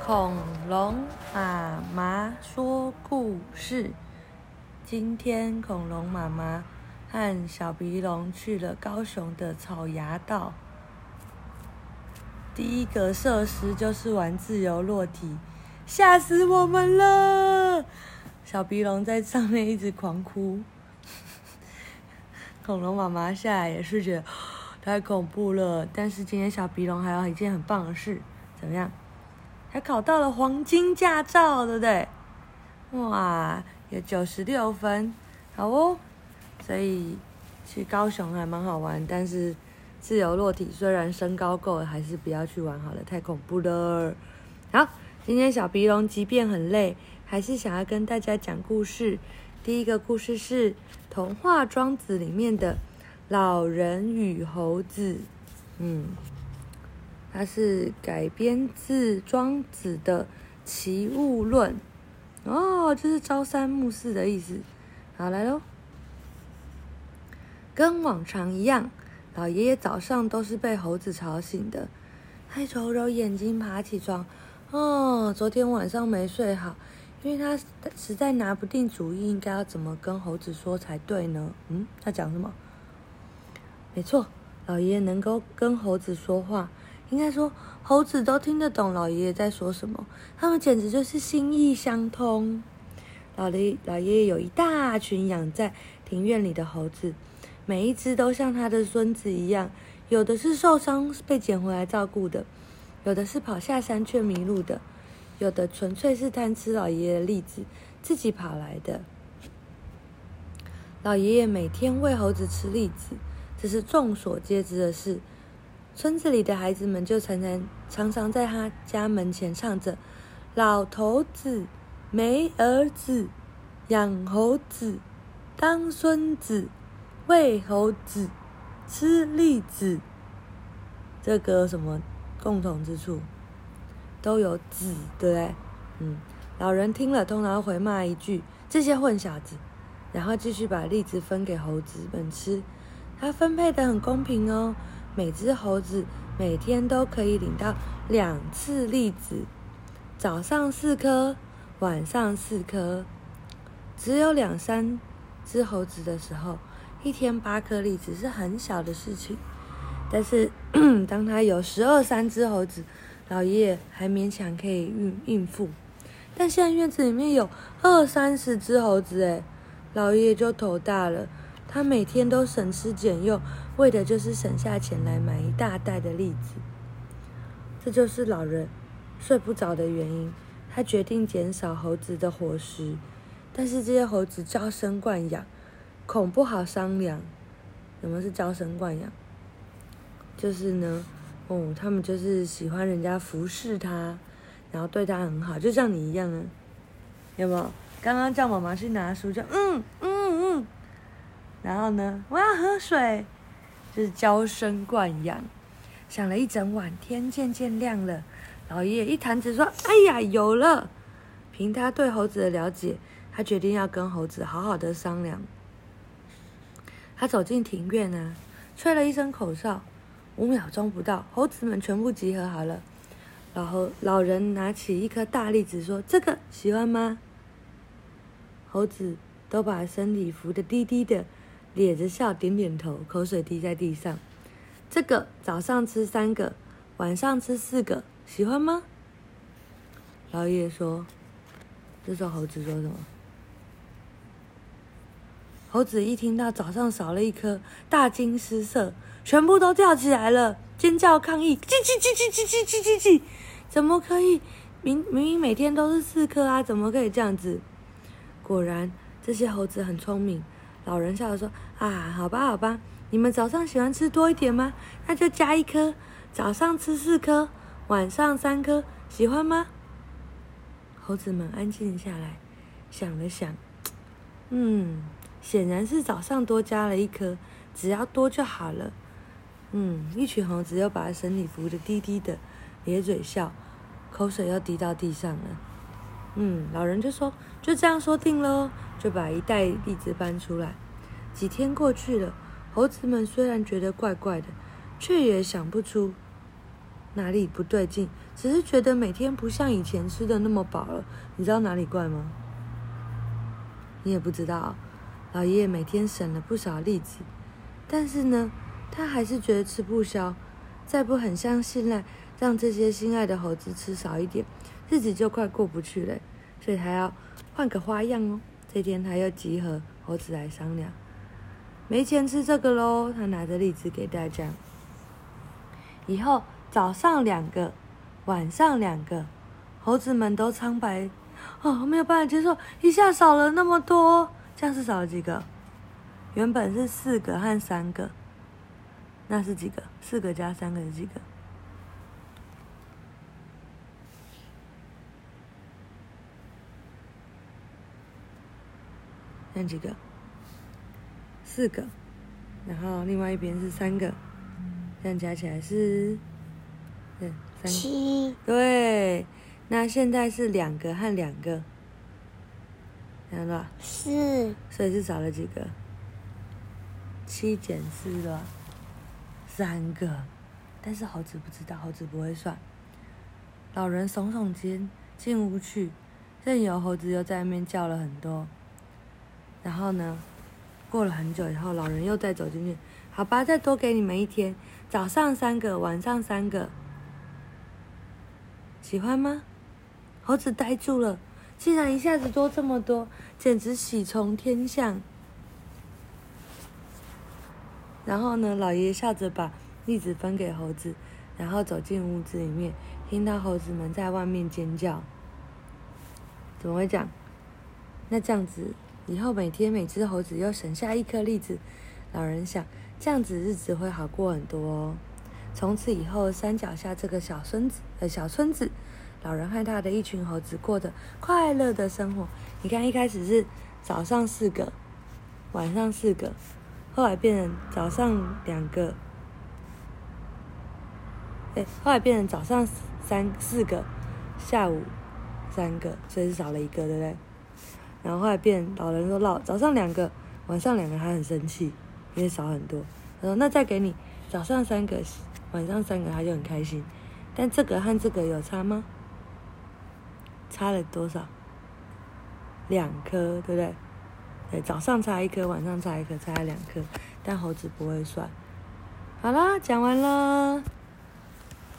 恐龙妈妈说故事。今天恐龙妈妈和小鼻龙去了高雄的草衙道。第一个设施就是玩自由落体，吓死我们了！小鼻龙在上面一直狂哭，恐龙妈妈下来也是觉得太恐怖了。但是今天小鼻龙还有一件很棒的事，怎么样？还考到了黄金驾照，对不对？哇，有96分，好哦。所以去高雄还蛮好玩，但是自由落体虽然身高够了，还是不要去玩好了，太恐怖了。好，今天小鼻龙即便很累，还是想要跟大家讲故事。第一个故事是童话《庄子》里面的老人与猴子。它是改编自庄子的《齐物论》哦，就是朝三暮四的意思。好，来咯。跟往常一样，老爷爷早上都是被猴子吵醒的。他揉揉眼睛爬起床，昨天晚上没睡好，因为他实在拿不定主意应该要怎么跟猴子说才对呢。他讲什么？没错，老爷爷能够跟猴子说话，应该说猴子都听得懂老爷爷在说什么，他们简直就是心意相通。老爷爷有一大群养在庭院里的猴子，每一只都像他的孙子一样，有的是受伤被捡回来照顾的，有的是跑下山却迷路的，有的纯粹是贪吃老爷爷的栗子自己跑来的。老爷爷每天喂猴子吃栗子，这是众所皆知的事。村子里的孩子们就常常在他家门前唱着老头子没儿子，养猴子当孙子，喂猴子吃栗子。这个有什么共同之处？都有子，对不对？老人听了通常会骂一句这些混小子，然后继续把栗子分给猴子们吃。他分配得很公平哦，每只猴子每天都可以领到2次栗子，早上4颗，晚上4颗。只有2-3只猴子的时候，一天8颗栗子是很小的事情。但是当他有12-13只猴子，老爷爷还勉强可以应付。但现在院子里面有20-30只猴子，老爷爷就头大了。他每天都省吃俭用，为的就是省下钱来买一大袋的栗子。这就是老人睡不着的原因。他决定减少猴子的伙食，但是这些猴子娇生惯养，恐不好商量。什么是娇生惯养？就是呢，他们就是喜欢人家服侍他，然后对他很好，就像你一样啊，有没有？刚刚叫妈妈去拿书，就然后呢，我要喝水，就是娇生惯养。想了一整晚，天渐渐亮了，老爷爷一弹指说：“哎呀，有了！”凭他对猴子的了解，他决定要跟猴子好好的商量。他走进庭院啊，吹了一声口哨，5秒钟不到，猴子们全部集合好了。老人拿起一颗大栗子说：“这个喜欢吗？”猴子都把身体扶得低低的，咧着笑，点点头，口水滴在地上。这个早上吃3个，晚上吃4个，喜欢吗？老爷爷说。这时候猴子说什么？猴子一听到早上少了1颗，大惊失色，全部都跳起来了，尖叫抗议：叽！怎么可以？明明每天都是4颗啊，怎么可以这样子？果然，这些猴子很聪明。老人笑着说：“好吧，你们早上喜欢吃多一点吗？那就加1颗，早上吃4颗，晚上3颗，喜欢吗？”猴子们安静下来，想了想，显然是早上多加了1颗，只要多就好了。一群猴子又把身体扶得低低的，咧嘴笑，口水又滴到地上了。老人就说：“就这样说定咯，就把一袋栗子搬出来。几天过去了，猴子们虽然觉得怪怪的，却也想不出哪里不对劲， 只是觉得每天不像以前吃的那么饱了。你知道哪里怪吗？你也不知道。老爷爷每天省了不少栗子，但是呢，他还是觉得吃不消，再不狠下心来让这些心爱的猴子吃少一点，日子就快过不去了，所以他要换个花样哦。这天他又集合猴子来商量，没钱吃这个咯，他拿着栗子给大家。以后早上2个，晚上2个，猴子们都苍白没有办法接受，一下少了那么多。这样是少了几个？原本是4个和3个，那是几个？4个加3个是几个？那几个？4个，然后另外一边是3个，这样加起来是 7。 对，那现在是2个和2个。看到吧 4， 所以是少了几个？7减4了，3个。但是猴子不知道，猴子不会算。老人耸耸肩进屋去，任由猴子又在外面叫了很多。然后呢，过了很久以后，老人又再走进去，好吧，再多给你们1天，早上3个，晚上3个，喜欢吗？猴子呆住了。竟然一下子多这么多，简直喜从天相。然后呢，老爷爷笑着把栗子分给猴子，然后走进屋子里面，听到猴子们在外面尖叫。怎么会这样？那这样子以后每只猴子又省下1颗栗子，老人想，这样子日子会好过很多哦。从此以后，山脚下这个小村子，老人和他的一群猴子过着快乐的生活。你看，一开始是早上4个，晚上4个，后来变成早上2个，后来变成早上4个，下午3个，所以是少了1个，对不对？然后后来老人说早上2个，晚上2个，他很生气，因为少很多。他说那再给你早上3个，晚上3个，他就很开心。但这个和这个有差吗？差了多少？2颗，对不对？对，早上差1颗，晚上差1颗，差了2颗。但猴子不会算。好啦，讲完了。